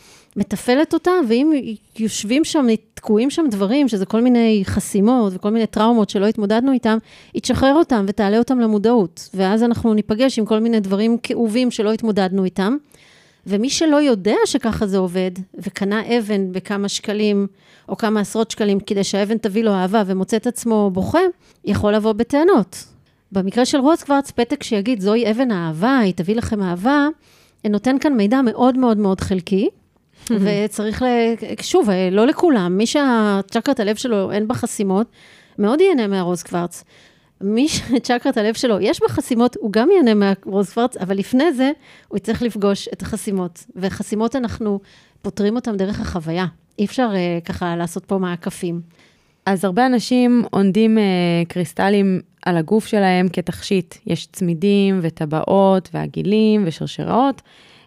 מטפלת אותה, ואם יושבים שם, תקועים שם דברים, שזה כל מיני חסימות וכל מיני טראומות שלא התמודדנו איתם, היא תשחרר אותם ותעלה אותם למודעות. ואז אנחנו ניפגש עם כל מיני דברים כאובים שלא התמודדנו איתם. ומי שלא יודע שככה זה עובד, וקנה אבן בכמה שקלים, או כמה עשרות שקלים, כדי שהאבן תביא לו אהבה ומוצא את עצמו בוכה, יכול לבוא בטענות. במקרה של רוז קוורץ, פתק שיגיד, זוהי אבן האהבה, היא תביא לכם אהבה, נותן כאן מידע מאוד מאוד מאוד חלקי, וצריך, שוב, לא לכולם, מי שהצ'קרת הלב שלו אין בה חסימות, מאוד ייהנה מהרוז קוורץ. מי שצ'קרת הלב שלו יש בה חסימות, הוא גם ייהנה מהרוז קוורץ, אבל לפני זה הוא צריך לפגוש את החסימות. וחסימות אנחנו פותרים אותם דרך החוויה. אי אפשר ככה לעשות פה מעקפים. אז הרבה אנשים עונדים קריסטלים על הגוף שלהם כתכשיט. יש צמידים וטבעות ועגילים ושרשראות.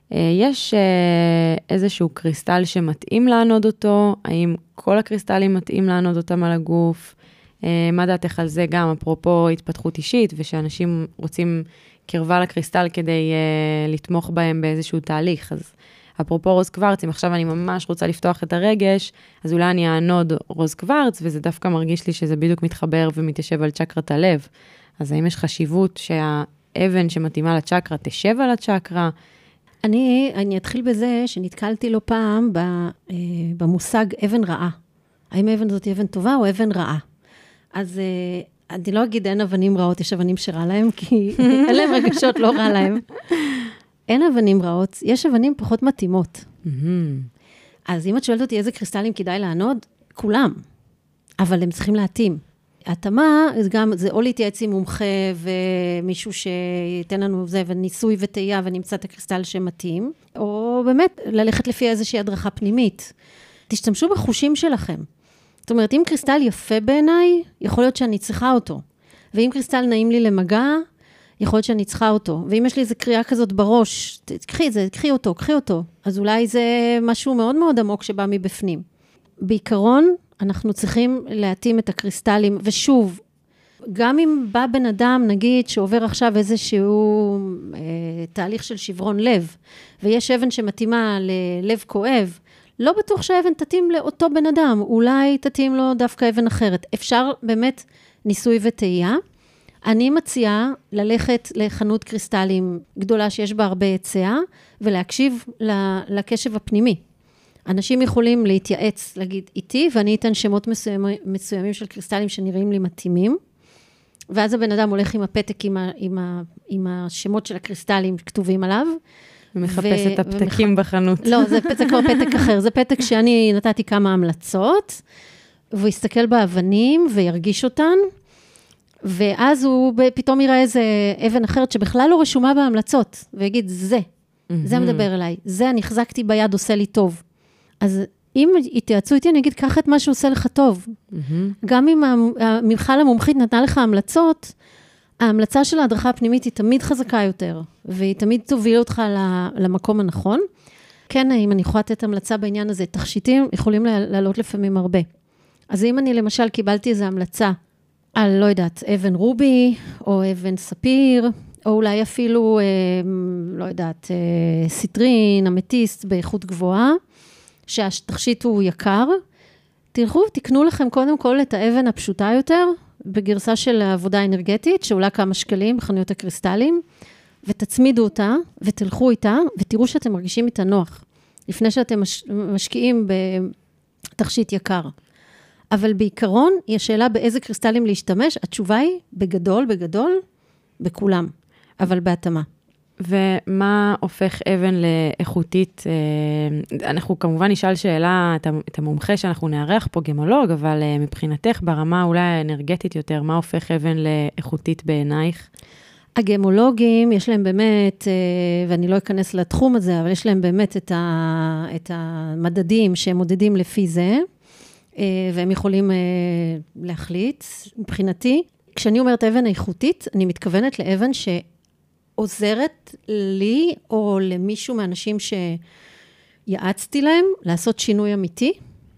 יש איזשהו קריסטל שמתאים לענוד אותו, האם כל הקריסטלים מתאים לענוד אותם על הגוף, מה דעתך על זה גם, אפרופו התפתחות אישית, ושאנשים רוצים קרבה לקריסטל כדי לתמוך בהם באיזשהו תהליך, אז אפרופו רוז קוורץ, אם עכשיו אני ממש רוצה לפתוח את הרגש, אז אולי אני אענוד רוז קוורץ, וזה דווקא מרגיש לי שזה בדיוק מתחבר ומתיישב על צ'קרת הלב, אז האם יש חשיבות שהאבן שמתאימה לצ'קרה תשב על הצ'קרה, אני אתחיל בזה שנתקלתי לא פעם במושג אבן רעה. האם האבן זאת אבן טובה או אבן רעה? אז אני לא אגיד אין אבנים רעות, יש אבנים שרע להם, כי אין להם רגשות, לא רע להם. אין אבנים רעות, יש אבנים פחות מתאימות. אז אם את שואלת אותי איזה קריסטלים כדאי לענוד, כולם, אבל הם צריכים להתאים. התאמה, זה או להתייעץ עם מומחה ומישהו שייתן לנו זה, וניסוי וטעייה, ונמצא את הקריסטל שמתאים, או באמת ללכת לפי איזושהי הדרכה פנימית. תשתמשו בחושים שלכם. זאת אומרת, אם קריסטל יפה בעיניי, יכול להיות שאני צריכה אותו. ואם קריסטל נעים לי למגע, יכול להיות שאני צריכה אותו. ואם יש לי איזו קריאה כזאת בראש, קחי את זה, קחי אותו. אז אולי זה משהו מאוד מאוד עמוק שבא מבפנים. בעיקרון, אנחנו צריכים להתאים את הקריסטלים, ושוב, גם אם בא בן אדם, נגיד, שעובר עכשיו איזשהו תהליך של שברון לב, ויש אבן שמתאימה ללב כואב, לא בטוח שהאבן תתאים לאותו בן אדם, אולי תתאים לו דווקא אבן אחרת. אפשר באמת ניסוי וטעייה. אני מציעה ללכת לחנות קריסטלים גדולה שיש בה הרבה היצע, ולהקשיב לקשב הפנימי. אנשים יכולים להתייעץ, להגיד איתי, ואני אתן שמות מסוימים של קריסטלים שנראים לי מתאימים, ואז הבן אדם הולך עם הפתק, עם השמות של הקריסטלים כתובים עליו. ומחפש את הפתקים בחנות. לא, זה כבר פתק אחר, זה פתק שאני נתתי כמה המלצות, והוא יסתכל באבנים וירגיש אותן, ואז הוא פתאום יראה איזה אבן אחרת שבכלל לא רשומה בהמלצות, ויגיד, זה מדבר אליי, זה אני החזקתי ביד, עושה לי טוב. אז אם יתייעצו איתי, אני אגיד, קח את מה שעושה לך טוב. גם אם המבחן המומחית נתנה לך המלצות, ההמלצה של ההדרכה הפנימית היא תמיד חזקה יותר, והיא תמיד תוביל אותך למקום הנכון. כן, אם אני יכולה לתת המלצה בעניין הזה, תכשיטים יכולים לעלות לפעמים הרבה. אז אם אני למשל קיבלתי איזו המלצה על, לא יודעת, אבן רובי, או אבן ספיר, או אולי אפילו, לא יודעת, סיטרין, אמתיסט באיכות גבוהה, שהתכשיט הוא יקר, תלכו, תקנו לכם קודם כל את האבן הפשוטה יותר, בגרסה של עבודה אנרגטית, שעולה כמה שקלים בחנויות הקריסטלים, ותצמידו אותה, ותלכו איתה, ותראו שאתם מרגישים איתה נוח, לפני שאתם משקיעים בתכשיט יקר. אבל בעיקרון, היא השאלה באיזה קריסטלים להשתמש, התשובה היא בגדול, בכולם, אבל בהתאמה. ומה הופך אבן לאיכותית? אנחנו כמובן נשאל שאלה, את המומחה שאנחנו נערך פה, גמולוג, אבל מבחינתך ברמה אולי האנרגטית יותר, מה הופך אבן לאיכותית בעינייך? הגמולוגים, יש להם באמת, ואני לא אכנס לתחום הזה, אבל יש להם באמת את המדדים שהם מודדים לפי זה, והם יכולים להחליט. מבחינתי, כשאני אומרת אבן איכותית, אני מתכוונת לאבן שעוזרת לי, או למישהו מהאנשים שיעצתי להם, לעשות שינוי אמיתי,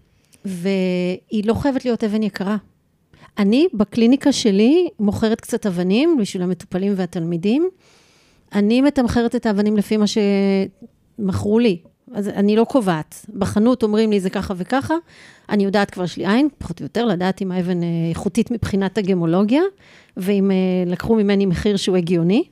והיא לא חייבת להיות אבן יקרה. אני בקליניקה שלי מוכרת קצת אבנים, בשביל המטופלים והתלמידים. אני מתמחרת את האבנים לפי מה שמכרו לי. אז אני לא קובעת. בחנות אומרים לי זה ככה וככה, אני יודעת כבר שלי עין, פחות או יותר לדעת אם האבן איכותית מבחינת הגמולוגיה, ואם לקחו ממני מחיר שהוא הגיוני.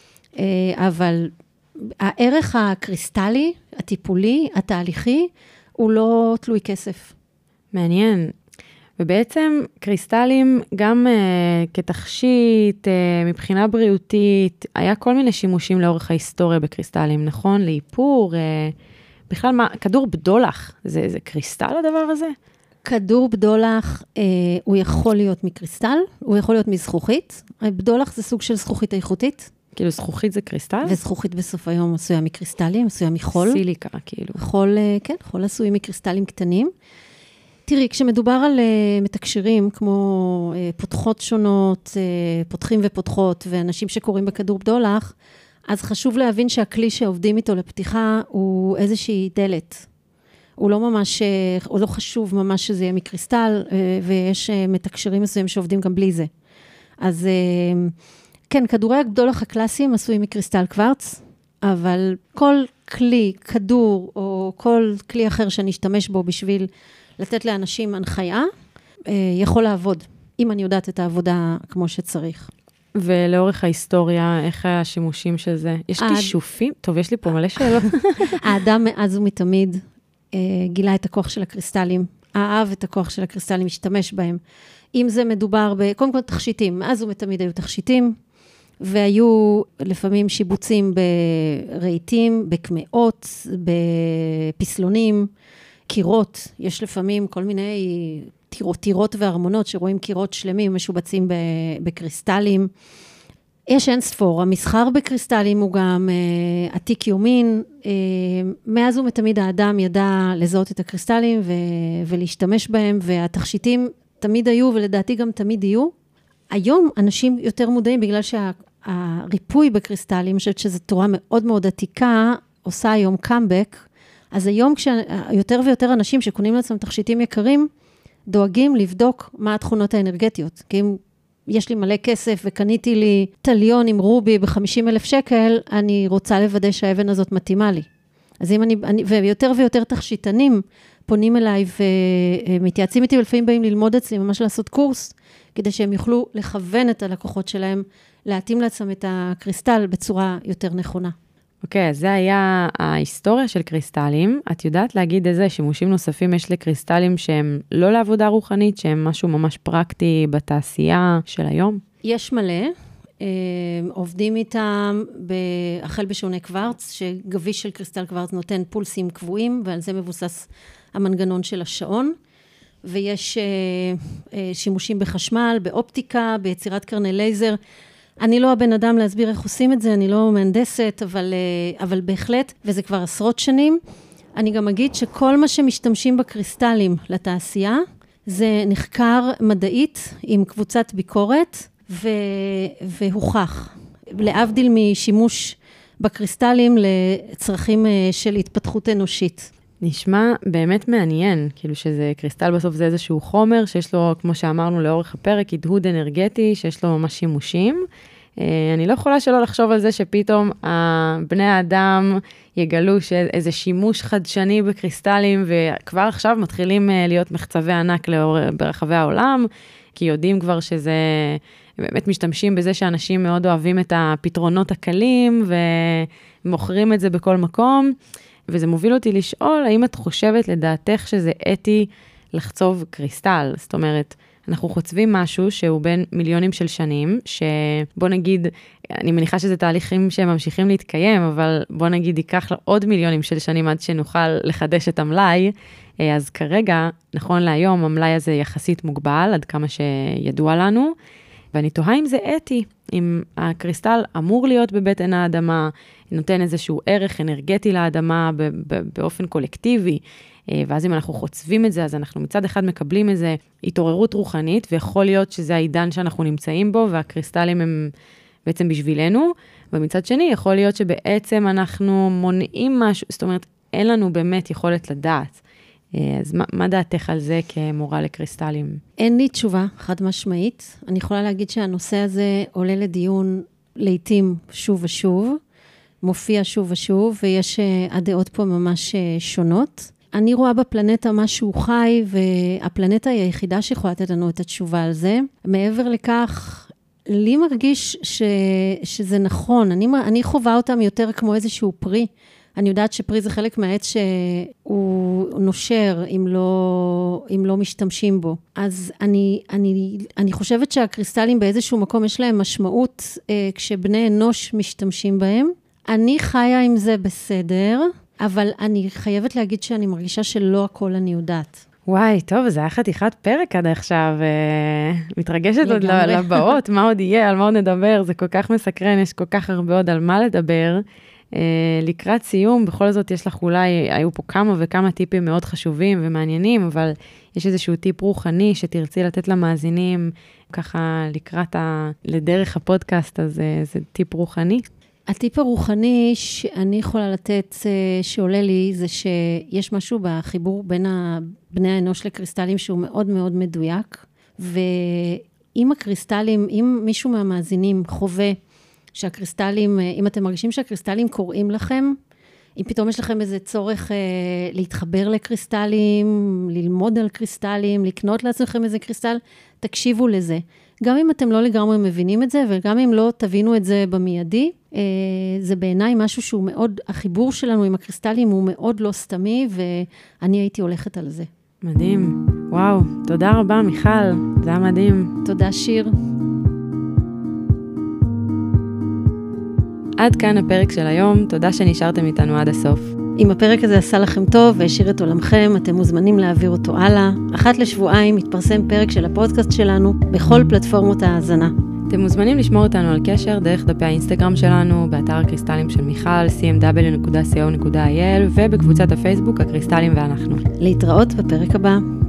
אבל הערך הקריסטלי, הטיפולי, התהליכי, הוא לא תלוי כסף. מעניין. ובעצם קריסטלים, גם כתכשיט, מבחינה בריאותית, היה כל מיני שימושים לאורך ההיסטוריה בקריסטלים, נכון? לאיפור, בכלל מה, כדור בדולח, זה קריסטל הדבר הזה? כדור בדולח, הוא יכול להיות מקריסטל, הוא יכול להיות מזכוכית. בדולח זה סוג של זכוכית איכותית. כאילו זכוכית זה קריסטל? וזכוכית בסוף היום עשויה מקריסטלים, עשויה מחול. סיליקה, כאילו. חול, כן, חול עשוי מקריסטלים קטנים. תראי, כשמדובר על מתקשרים כמו פותחות שונות, פותחים ופותחות, ואנשים שקוראים בכדור בדולח, אז חשוב להבין שהכלי שעובדים איתו לפתיחה הוא איזושהי דלת. הוא לא ממש, הוא לא חשוב ממש שזה יהיה מקריסטל, ויש מתקשרים מסוים שעובדים גם בלי זה. אז כן, כדורי הבדולח הקלאסיים עשוי מקריסטל קוורץ, אבל כל כלי, כדור, או כל כלי אחר שנשתמש בו בשביל לתת לאנשים הנחיה, יכול לעבוד, אם אני יודעת את העבודה כמו שצריך. ולאורך ההיסטוריה, איך השימושים של זה? יש כישופים? טוב, יש לי פה מלא שאלות. האדם מאז ומתמיד גילה את הכוח של הקריסטלים, אהב את הכוח של הקריסטלים, משתמש בהם. אם זה מדובר קודם כל תכשיטים, מאז ומתמיד היו תכשיטים, והיו לפעמים שיבוצים ברהיטים, בקמעות, בפסלונים, קירות, יש לפעמים כל מיני טירות וארמונות שרואים קירות שלמים משובצים בקריסטלים. יש אין ספור, המסחר בקריסטלים הוא גם עתיק יומין, מאז ומתמיד האדם ידע לזהות את הקריסטלים ולהשתמש בהם, והתכשיטים תמיד היו ולדעתי גם תמיד יהיו. היום אנשים יותר מודעים בגלל שהריפוי בקריסטלים, אני חושבת שזו תורה מאוד מאוד עתיקה, עושה היום קאמבק, אז היום כשיותר ויותר אנשים שקונים לעצמם תכשיטים יקרים, דואגים לבדוק מה התכונות האנרגטיות. כי אם יש לי מלא כסף וקניתי לי טליון עם רובי ב-50,000 שקל, אני רוצה לוודא שהאבן הזאת מתאימה לי. אז אם ויותר ויותר תכשיטנים פונים אליי ומתייעצים איתי, ולפעמים באים ללמוד אצלי, ממש לעשות קורס, כדי שהם יוכלו לכוון את הלקוחות שלהם, להתאים לעצמם את הקריסטל בצורה יותר נכונה. אוקיי, אז זה היה ההיסטוריה של קריסטלים. את יודעת להגיד איזה שימושים נוספים יש לקריסטלים שהם לא לעבודה רוחנית, שהם משהו ממש פרקטי בתעשייה של היום? יש מלא. עובדים איתם החל בשעוני קוורץ, שגביש של קריסטל קוורץ נותן פולסים קבועים, ועל זה מבוסס המנגנון של השעון. ויש שימושים בחשמל, באופטיקה, ביצירת קרני לייזר. אני לא הבן אדם להסביר איך עושים את זה, אני לא מהנדסת, אבל בהחלט, וזה כבר עשרות שנים, אני גם אגיד שכל מה שמשתמשים בקריסטלים לתעשייה, זה נחקר מדעית עם קבוצת ביקורת, והוכח. להבדיל משימוש בקריסטלים לצרכים של התפתחות אנושית. נשמע באמת מעניין, כאילו שזה קריסטל בסוף זה איזשהו חומר, שיש לו, כמו שאמרנו לאורך הפרק, הדהוד אנרגטי, שיש לו ממש שימושים. אני לא יכולה שלא לחשוב על זה שפתאום בני האדם יגלו שאיזה שימוש חדשני בקריסטלים, וכבר עכשיו מתחילים להיות מחצבי ענק ברחבי העולם, כי יודעים כבר שזה, באמת משתמשים בזה שאנשים מאוד אוהבים את הפתרונות הקלים, ומוכרים את זה בכל מקום. וזה מוביל אותי לשאול, האם את חושבת לדעתך שזה אתי לחצוב קריסטל? זאת אומרת, אנחנו חוצבים משהו שהוא בין מיליונים של שנים, שבוא נגיד, אני מניחה שזה תהליכים שהם ממשיכים להתקיים, אבל בוא נגיד ייקח עוד מיליונים של שנים עד שנוכל לחדש את המלאי, אז כרגע, נכון להיום, המלאי הזה יחסית מוגבל, עד כמה שידוע לנו, ואני תוהה אם זה אתי, אם הקריסטל אמור להיות בבטן האדמה, נותן איזשהו ערך אנרגטי לאדמה באופן קולקטיבי, ואז אם אנחנו חוצבים את זה, אז אנחנו מצד אחד מקבלים איזו התעוררות רוחנית, ויכול להיות שזה העידן שאנחנו נמצאים בו, והקריסטלים הם בעצם בשבילנו, ומצד שני יכול להיות שבעצם אנחנו מונעים משהו, זאת אומרת, אין לנו באמת יכולת לדעת. אז מה דעתך על זה כמורה לקריסטלים? אין לי תשובה חד משמעית. אני יכולה להגיד שהנושא הזה עולה לדיון לעתים שוב ושוב, מופיע שוב ושוב, ויש הדעות פה ממש שונות. אני רואה בפלנטה משהו חי, והפלנטה היא היחידה שיכולה לתת לנו את התשובה על זה. מעבר לכך, לי מרגיש שזה נכון. אני חווה אותם יותר כמו איזשהו פרי. אני יודעת שפרי זה חלק מהעץ שהוא נושר אם לא משתמשים בו. אז אני חושבת שהקריסטלים באיזשהו מקום יש להם משמעות כשבני אנוש משתמשים בהם. אני חיה עם זה בסדר, אבל אני חייבת להגיד שאני מרגישה שלא הכל אני יודעת. וואי, טוב, זה היה חתיכת פרק עד עכשיו, מתרגשת עוד לבאות, מה עוד יהיה, על מה עוד נדבר, זה כל כך מסקרן, יש כל כך הרבה עוד על מה לדבר. לקראת סיום, בכל זאת יש לך אולי, היו פה כמה וכמה טיפים מאוד חשובים ומעניינים, אבל יש איזשהו טיפ רוחני שתרצי לתת למאזינים, ככה לקראת לדרך הפודקאסט, אז זה טיפ רוחני. הטיפ הרוחני שאני יכולה לתת שעולה לי, זה שיש משהו בחיבור בין בני האנוש לקריסטלים שהוא מאוד מאוד מדויק, ואם הקריסטלים, אם מישהו מהמאזינים חווה שהקריסטלים, אם אתם מרגישים שהקריסטלים קוראים לכם, אם פתאום יש לכם איזה צורך להתחבר לקריסטלים, ללמוד על קריסטלים, לקנות לעצמכם איזה קריסטל, תקשיבו לזה. גם אם אתם לא לגמרי מבינים את זה, וגם אם לא תבינו את זה במיידי, זה בעיניי משהו שהוא מאוד, החיבור שלנו עם הקריסטלים הוא מאוד לא סתמי, ואני הייתי הולכת על זה. מדהים. וואו, תודה רבה מיכל, זה היה מדהים. תודה שיר. עד כאן הפרק של היום, תודה שנשארתם איתנו עד הסוף. אם הפרק הזה עשה לכם טוב והשאיר את עולמכם, אתם מוזמנים להעביר אותו הלאה. אחת לשבועיים מתפרסם פרק של הפודקאסט שלנו בכל פלטפורמות ההאזנה. אתם מוזמנים לשמור אותנו על קשר דרך דפי האינסטגרם שלנו, באתר הקריסטלים של מיכל, cmw.co.il, ובקבוצת הפייסבוק הקריסטלים ואנחנו. להתראות בפרק הבא.